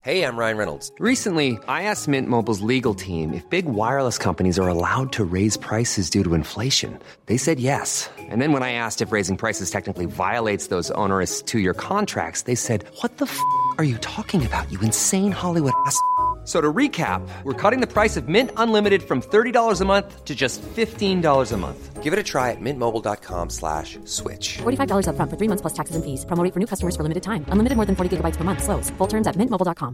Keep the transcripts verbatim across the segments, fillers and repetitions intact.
Hey, I'm Ryan Reynolds. Recently, I asked Mint Mobile's legal team if big wireless companies are allowed to raise prices due to inflation. They said yes. And then when I asked if raising prices technically violates those onerous two-year contracts, they said, "What the f*** are you talking about, you insane Hollywood ass?" So to recap, we're cutting the price of Mint Unlimited from thirty dollars a month to just fifteen dollars a month. Give it a try at mintmobile.com slash switch. forty-five dollars up front for three months plus taxes and fees. Promo rate for new customers for limited time. Unlimited more than forty gigabytes per month. Slows full terms at mint mobile dot com.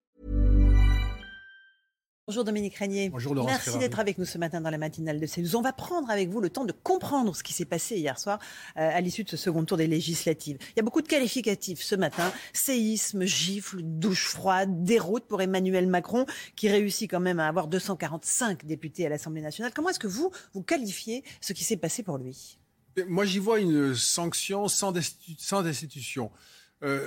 Bonjour Dominique Régnier. Bonjour Laurence Merci Ferrari. d'être avec nous ce matin dans la matinale de CNews. On va prendre avec vous le temps de comprendre ce qui s'est passé hier soir euh, à l'issue de ce second tour des législatives. Il y a beaucoup de qualificatifs ce matin. Séisme, gifle, douche froide, déroute pour Emmanuel Macron qui réussit quand même à avoir deux cent quarante-cinq députés à l'Assemblée nationale. Comment est-ce que vous, vous qualifiez ce qui s'est passé pour lui ? Moi, j'y vois une sanction sans, destitu- sans destitution. Euh,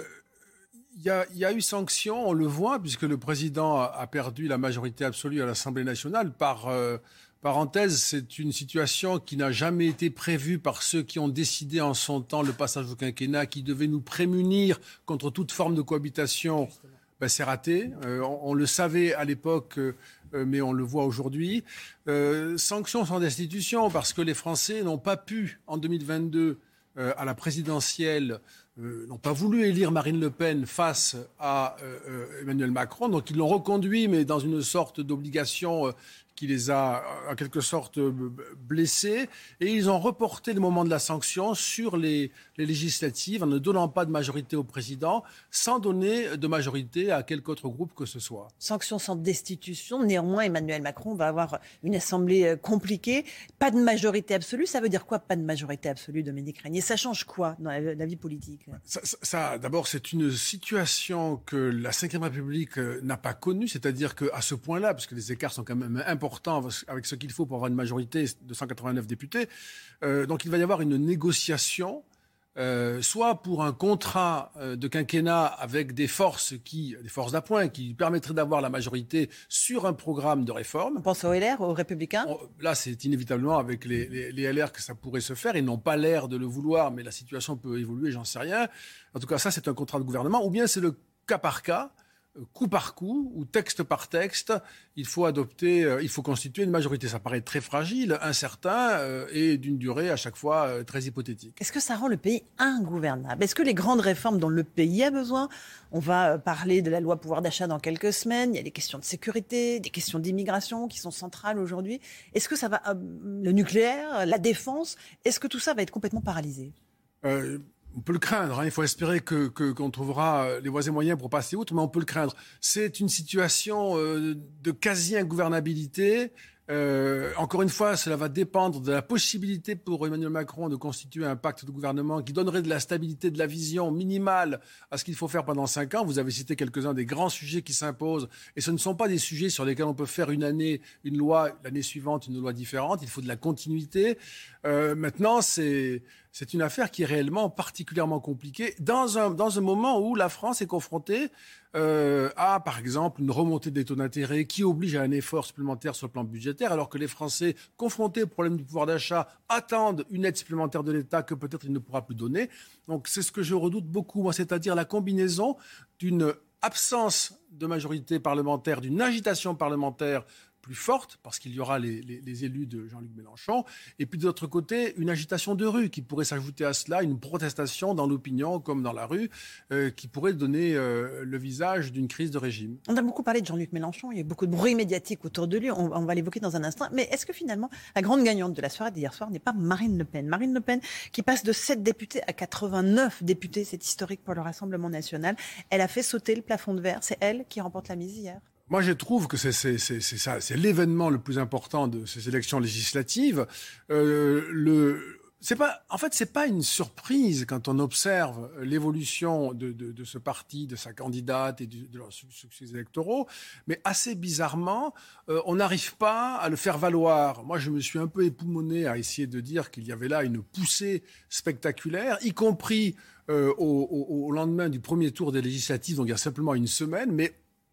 Il y, a, il y a eu sanction, on le voit, puisque le président a, a perdu la majorité absolue à l'Assemblée nationale. Par euh, parenthèse, c'est une situation qui n'a jamais été prévue par ceux qui ont décidé en son temps le passage au quinquennat, qui devait nous prémunir contre toute forme de cohabitation. Ben, c'est raté. Euh, on, on le savait à l'époque, euh, mais on le voit aujourd'hui. Euh, sanction sans destitution, parce que les Français n'ont pas pu, en deux mille vingt-deux, euh, à la présidentielle, Euh, n'ont pas voulu élire Marine Le Pen face à euh, euh, Emmanuel Macron. Donc ils l'ont reconduit, mais dans une sorte d'obligation euh, qui les a en quelque sorte blessés. Et ils ont reporté le moment de la sanction sur les, les législatives en ne donnant pas de majorité au président, sans donner de majorité à quelque autre groupe que ce soit. Sanction sans destitution. Néanmoins, Emmanuel Macron va avoir une assemblée compliquée. Pas de majorité absolue. Ça veut dire quoi, pas de majorité absolue, Dominique Régnier ? Ça change quoi dans la, la vie politique ? Ça, ça, ça, d'abord, c'est une situation que la cinquième République n'a pas connue, c'est-à-dire qu'à ce point-là, parce que les écarts sont quand même importants avec ce qu'il faut pour avoir une majorité de cent quatre-vingt-neuf députés, euh, donc il va y avoir une négociation, euh, soit pour un contrat de quinquennat avec des forces, qui, des forces d'appoint qui permettraient d'avoir la majorité sur un programme de réforme. On pense aux L R, aux Républicains ? On, Là, c'est inévitablement avec les, les, les L R que ça pourrait se faire. Ils n'ont pas l'air de le vouloir, mais la situation peut évoluer, j'en sais rien. En tout cas, ça, c'est un contrat de gouvernement. Ou bien c'est le cas par cas, coup par coup, ou texte par texte, il faut adopter, euh, il faut constituer une majorité. Ça paraît très fragile, incertain euh, et d'une durée à chaque fois euh, très hypothétique. Est-ce que ça rend le pays ingouvernable ? Est-ce que les grandes réformes dont le pays a besoin, on va parler de la loi pouvoir d'achat dans quelques semaines, il y a des questions de sécurité, des questions d'immigration qui sont centrales aujourd'hui. Est-ce que ça va, euh, le nucléaire, la défense, est-ce que tout ça va être complètement paralysé ? euh, On peut le craindre, hein. Il faut espérer que, que, qu'on trouvera les voies et moyens pour passer outre, mais on peut le craindre. C'est une situation euh, de quasi-ingouvernabilité. Euh, encore une fois, cela va dépendre de la possibilité pour Emmanuel Macron de constituer un pacte de gouvernement qui donnerait de la stabilité, de la vision minimale à ce qu'il faut faire pendant cinq ans. Vous avez cité quelques-uns des grands sujets qui s'imposent, et ce ne sont pas des sujets sur lesquels on peut faire une année, une loi, l'année suivante, une loi différente. Il faut de la continuité. Euh, maintenant, c'est... C'est une affaire qui est réellement particulièrement compliquée dans un, dans un moment où la France est confrontée euh, à, par exemple, une remontée des taux d'intérêt qui oblige à un effort supplémentaire sur le plan budgétaire, alors que les Français, confrontés au problème du pouvoir d'achat, attendent une aide supplémentaire de l'État que peut-être il ne pourra plus donner. Donc c'est ce que je redoute beaucoup, moi, c'est-à-dire la combinaison d'une absence de majorité parlementaire, d'une agitation parlementaire plus forte, parce qu'il y aura les, les, les élus de Jean-Luc Mélenchon, et puis de l'autre côté, une agitation de rue qui pourrait s'ajouter à cela, une protestation dans l'opinion comme dans la rue, euh, qui pourrait donner euh, le visage d'une crise de régime. On a beaucoup parlé de Jean-Luc Mélenchon, il y a eu beaucoup de bruit médiatique autour de lui, on, on va l'évoquer dans un instant, mais est-ce que finalement, la grande gagnante de la soirée d'hier soir n'est pas Marine Le Pen ? Marine Le Pen qui passe de sept députés à quatre-vingt-neuf députés, c'est historique pour le Rassemblement national, elle a fait sauter le plafond de verre, c'est elle qui remporte la mise hier ? Moi, je trouve que c'est, c'est, c'est, c'est ça, c'est l'événement le plus important de ces élections législatives. Euh, le, c'est pas, en fait, c'est pas une surprise quand on observe l'évolution de, de, de ce parti, de sa candidate et de, de leurs succès électoraux. Mais assez bizarrement, euh, on n'arrive pas à le faire valoir. Moi, je me suis un peu époumoné à essayer de dire qu'il y avait là une poussée spectaculaire, y compris euh, au, au, au lendemain du premier tour des législatives, donc il y a simplement une semaine, mais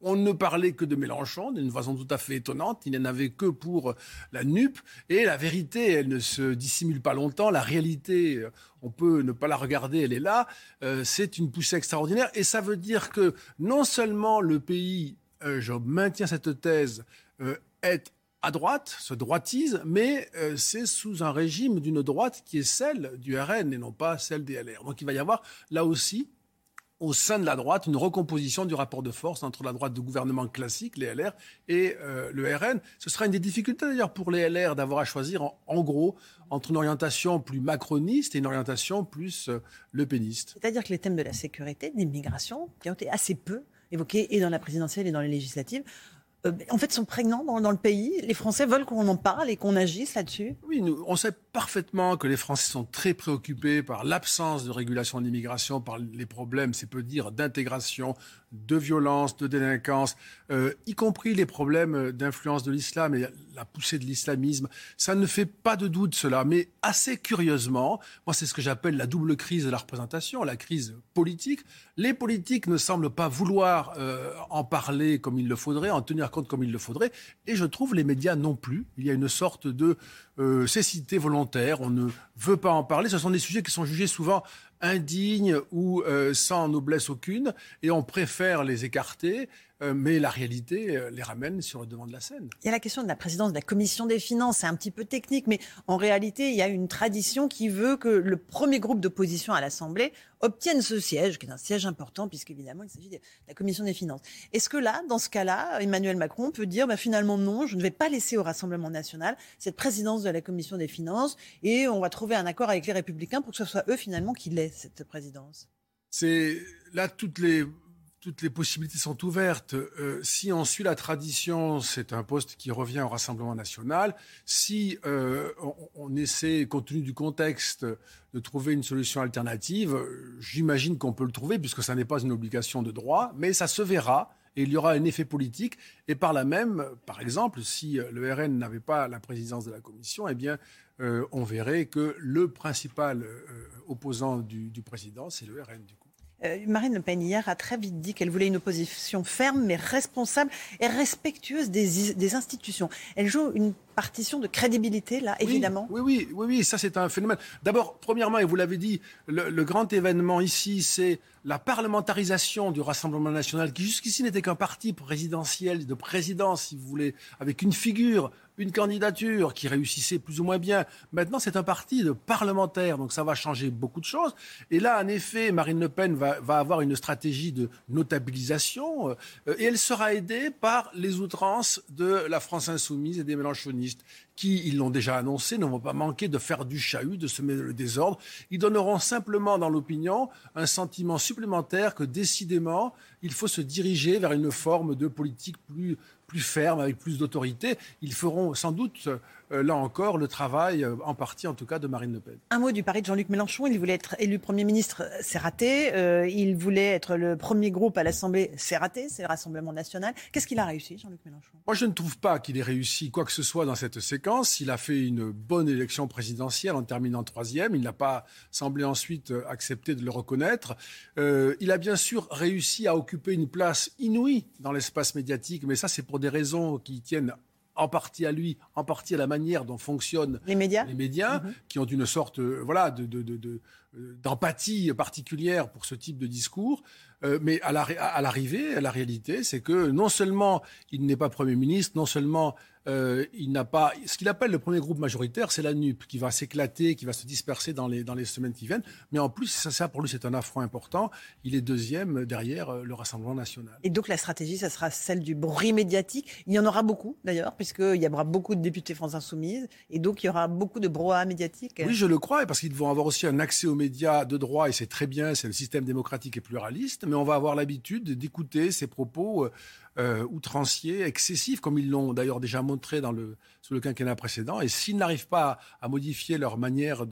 on ne parlait que de Mélenchon d'une façon tout à fait étonnante. Il n'en avait que pour la N U P. Et la vérité, elle ne se dissimule pas longtemps. La réalité, on peut ne pas la regarder, elle est là. Euh, c'est une poussée extraordinaire. Et ça veut dire que non seulement le pays, euh, je maintiens cette thèse, euh, est à droite, se droitise, mais euh, c'est sous un régime d'une droite qui est celle du R N et non pas celle des L R. Donc il va y avoir là aussi, au sein de la droite, une recomposition du rapport de force entre la droite de gouvernement classique, les L R, et euh, le R N. Ce sera une des difficultés d'ailleurs pour les L R d'avoir à choisir en, en gros entre une orientation plus macroniste et une orientation plus euh, lepéniste. C'est-à-dire que les thèmes de la sécurité, de l'immigration, qui ont été assez peu évoqués et dans la présidentielle et dans les législatives, Euh, en fait, sont prégnants dans, dans le pays. Les Français veulent qu'on en parle et qu'on agisse là-dessus. Oui, nous, on sait parfaitement que les Français sont très préoccupés par l'absence de régulation de l'immigration, par les problèmes, c'est peu dire, d'intégration, de violence, de délinquance, euh, y compris les problèmes d'influence de l'islam et la poussée de l'islamisme. Ça ne fait pas de doute, cela. Mais assez curieusement, moi, c'est ce que j'appelle la double crise de la représentation, la crise politique. Les politiques ne semblent pas vouloir euh, en parler comme il le faudrait, en tenir compte comme il le faudrait. Et je trouve les médias non plus. Il y a une sorte de euh, cécité volontaire. On ne veut pas en parler. Ce sont des sujets qui sont jugés souvent indignes ou euh, sans noblesse aucune. Et on préfère les écarter. Euh, mais la réalité euh, les ramène sur le devant de la scène. Il y a la question de la présidence de la Commission des finances. C'est un petit peu technique, mais en réalité, il y a une tradition qui veut que le premier groupe d'opposition à l'Assemblée obtienne ce siège, qui est un siège important, puisqu'évidemment, il s'agit de la Commission des finances. Est-ce que là, dans ce cas-là, Emmanuel Macron peut dire bah, finalement non, je ne vais pas laisser au Rassemblement national cette présidence de la Commission des finances et on va trouver un accord avec les Républicains pour que ce soit eux finalement qui l'aient, cette présidence? C'est là toutes les... Toutes les possibilités sont ouvertes. Euh, si on suit la tradition, c'est un poste qui revient au Rassemblement national. Si euh, on, on essaie, compte tenu du contexte, de trouver une solution alternative, j'imagine qu'on peut le trouver, puisque ça n'est pas une obligation de droit, mais ça se verra. Et il y aura un effet politique. Et par là même, par exemple, si le R N n'avait pas la présidence de la Commission, eh bien, euh, on verrait que le principal euh, opposant du, du président, c'est le R N, du coup. Euh, Marine Le Pen, hier, a très vite dit qu'elle voulait une opposition ferme, mais responsable et respectueuse des, des institutions. Elle joue une partition de crédibilité, là, oui, évidemment. Oui, oui, oui, oui, ça c'est un phénomène. D'abord, premièrement, et vous l'avez dit, le, le grand événement ici, c'est la parlementarisation du Rassemblement national, qui jusqu'ici n'était qu'un parti présidentiel, de présidence, si vous voulez, avec une figure, une candidature qui réussissait plus ou moins bien. Maintenant, c'est un parti de parlementaires, donc ça va changer beaucoup de choses. Et là, en effet, Marine Le Pen va, va avoir une stratégie de notabilisation, euh, et elle sera aidée par les outrances de la France insoumise et des mélenchonistes, qui, ils l'ont déjà annoncé, ne vont pas manquer de faire du chahut, de semer le désordre. Ils donneront simplement dans l'opinion un sentiment supplémentaire que décidément, il faut se diriger vers une forme de politique plus, plus ferme, avec plus d'autorité. Ils feront sans doute, euh, là encore, le travail, euh, en partie en tout cas, de Marine Le Pen. Un mot du pari de Jean-Luc Mélenchon. Il voulait être élu Premier ministre, c'est raté. Euh, il voulait être le premier groupe à l'Assemblée, c'est raté. C'est le Rassemblement national. Qu'est-ce qu'il a réussi, Jean-Luc Mélenchon? Moi, je ne trouve pas qu'il ait réussi quoi que ce soit dans cette séquence. Il a fait une bonne élection présidentielle en terminant troisième. Il n'a pas semblé ensuite accepter de le reconnaître. Euh, il a bien sûr réussi à occuper une place inouïe dans l'espace médiatique, mais ça, c'est pour des raisons qui tiennent en partie à lui, en partie à la manière dont fonctionnent les médias, les médias mmh. qui ont une sorte euh, voilà, de, de, de, de, d'empathie particulière pour ce type de discours. Euh, mais à, la, à l'arrivée, à la réalité, c'est que non seulement il n'est pas Premier ministre, non seulement euh, il n'a pas... Ce qu'il appelle le premier groupe majoritaire, c'est la N U P, qui va s'éclater, qui va se disperser dans les, dans les semaines qui viennent. Mais en plus, ça, ça, pour lui, c'est un affront important. Il est deuxième derrière le Rassemblement national. Et donc la stratégie, ça sera celle du bruit médiatique. Il y en aura beaucoup, d'ailleurs, puisqu'il y aura beaucoup de députés France Insoumise. Et donc, il y aura beaucoup de brouhaha médiatique. Oui, je le crois, parce qu'ils vont avoir aussi un accès aux médias de droit, et c'est très bien, c'est le système démocratique et pluraliste. Mais on va avoir l'habitude d'écouter ces propos euh, outranciers, excessifs, comme ils l'ont d'ailleurs déjà montré dans le, sous le quinquennat précédent. Et s'ils n'arrivent pas à, à modifier leur manière de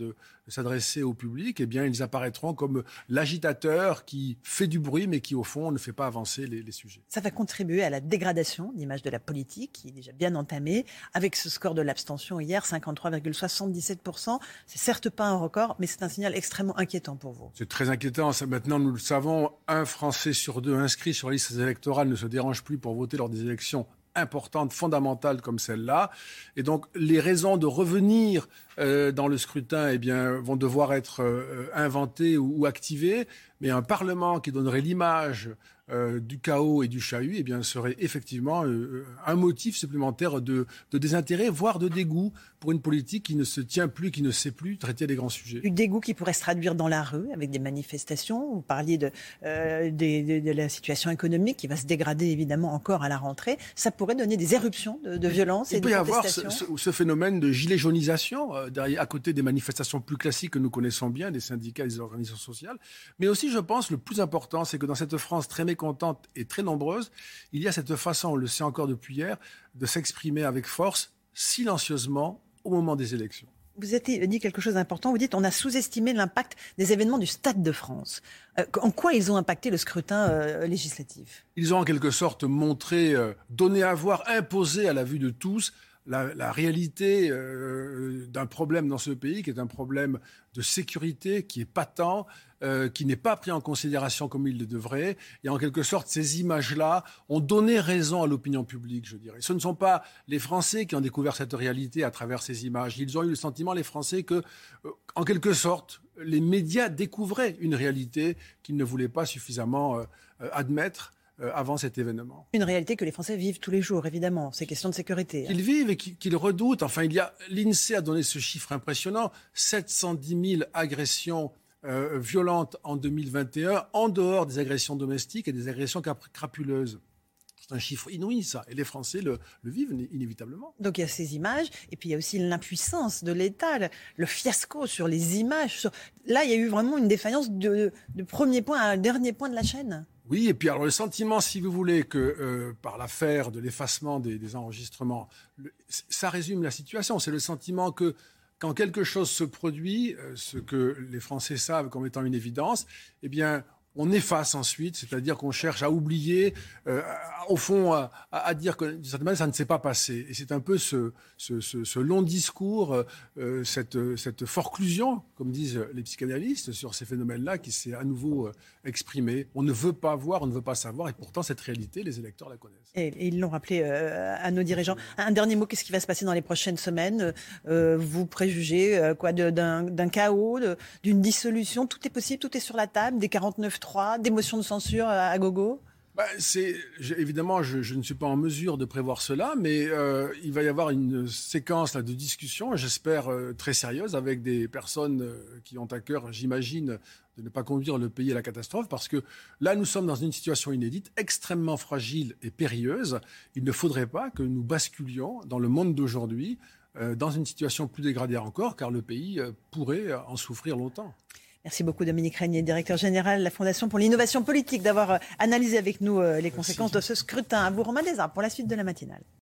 de s'adresser au public, eh bien, ils apparaîtront comme l'agitateur qui fait du bruit, mais qui, au fond, ne fait pas avancer les, les sujets. Ça va contribuer à la dégradation d'image de la politique, qui est déjà bien entamée, avec ce score de l'abstention hier, cinquante-trois virgule soixante-dix-sept pour cent. C'est certes pas un record, mais c'est un signal extrêmement inquiétant pour vous. C'est très inquiétant. Ça, maintenant, nous le savons, un Français sur deux inscrits sur les listes électorales ne se dérange plus pour voter lors des élections importantes, fondamentales comme celle-là. Et donc, les raisons de revenir euh, dans le scrutin eh bien, vont devoir être euh, inventées ou, ou activées. Mais un Parlement qui donnerait l'image euh, du chaos et du chahut eh bien, serait effectivement euh, un motif supplémentaire de, de désintérêt, voire de dégoût pour une politique qui ne se tient plus, qui ne sait plus traiter les grands sujets. Du dégoût qui pourrait se traduire dans la rue avec des manifestations. Vous parliez de, euh, de, de, de la situation économique qui va se dégrader évidemment encore à la rentrée. Ça pourrait donner des éruptions de, de violence Il et peut de y avoir contestation. ce, ce, ce phénomène de gilet jaunisation euh, derrière, à côté des manifestations plus classiques que nous connaissons bien, des syndicats, des organisations sociales. Mais aussi, je pense, le plus important, c'est que dans cette France très mécontente et très nombreuse, il y a cette façon, on le sait encore depuis hier, de s'exprimer avec force, silencieusement, au moment des élections. Vous avez dit quelque chose d'important. Vous dites on a sous-estimé l'impact des événements du Stade de France. Euh, en quoi ils ont impacté le scrutin euh, législatif ? Ils ont en quelque sorte montré, euh, donné à voir, imposé à la vue de tous la, la réalité euh, d'un problème dans ce pays, qui est un problème de sécurité, qui est patent, euh, qui n'est pas pris en considération comme il le devrait. Et en quelque sorte, ces images-là ont donné raison à l'opinion publique, je dirais. Ce ne sont pas les Français qui ont découvert cette réalité à travers ces images. Ils ont eu le sentiment, les Français, que, euh, en quelque sorte, les médias découvraient une réalité qu'ils ne voulaient pas suffisamment euh, euh, admettre avant cet événement. Une réalité que les Français vivent tous les jours, évidemment. C'est question de sécurité. Qu'ils vivent et qu'ils redoutent. Enfin, il y a, l'INSEE a donné ce chiffre impressionnant, sept cent dix mille agressions euh, violentes en deux mille vingt et un, en dehors des agressions domestiques et des agressions crapuleuses. C'est un chiffre inouï, ça. Et les Français le, le vivent inévitablement. Donc il y a ces images, et puis il y a aussi l'impuissance de l'État, le, le fiasco sur les images. Sur... Là, il y a eu vraiment une défaillance de, de premier point à dernier point de la chaîne. Oui, et puis alors le sentiment, si vous voulez, que euh, par l'affaire de l'effacement des, des enregistrements, le, ça résume la situation. C'est le sentiment que quand quelque chose se produit, euh, ce que les Français savent comme étant une évidence, eh bien, on efface ensuite, c'est-à-dire qu'on cherche à oublier, euh, au fond, à, à dire que d'une certaine manière, ça ne s'est pas passé. Et c'est un peu ce, ce, ce, ce long discours, euh, cette, cette forclusion, comme disent les psychanalystes, sur ces phénomènes-là, qui s'est à nouveau euh, exprimé. On ne veut pas voir, on ne veut pas savoir, et pourtant, cette réalité, les électeurs la connaissent. Et, et ils l'ont rappelé euh, à nos dirigeants. Un dernier mot, qu'est-ce qui va se passer dans les prochaines semaines ? euh, Vous préjugez euh, quoi, de, d'un, d'un chaos, de, d'une dissolution ? Tout est possible, tout est sur la table, des quarante-neuf trois, des motions de censure à, à gogo ? Bah, c'est, je, évidemment, je, je ne suis pas en mesure de prévoir cela, mais euh, il va y avoir une séquence là, de discussion, j'espère euh, très sérieuse, avec des personnes euh, qui ont à cœur, j'imagine, de ne pas conduire le pays à la catastrophe, parce que là, nous sommes dans une situation inédite, extrêmement fragile et périlleuse. Il ne faudrait pas que nous basculions dans le monde d'aujourd'hui, euh, dans une situation plus dégradée encore, car le pays euh, pourrait en souffrir longtemps. Merci beaucoup Dominique Régnier, directeur général de la Fondation pour l'innovation politique, d'avoir analysé avec nous les conséquences Merci. de ce scrutin. À vous Romain Desarts pour la suite de la matinale.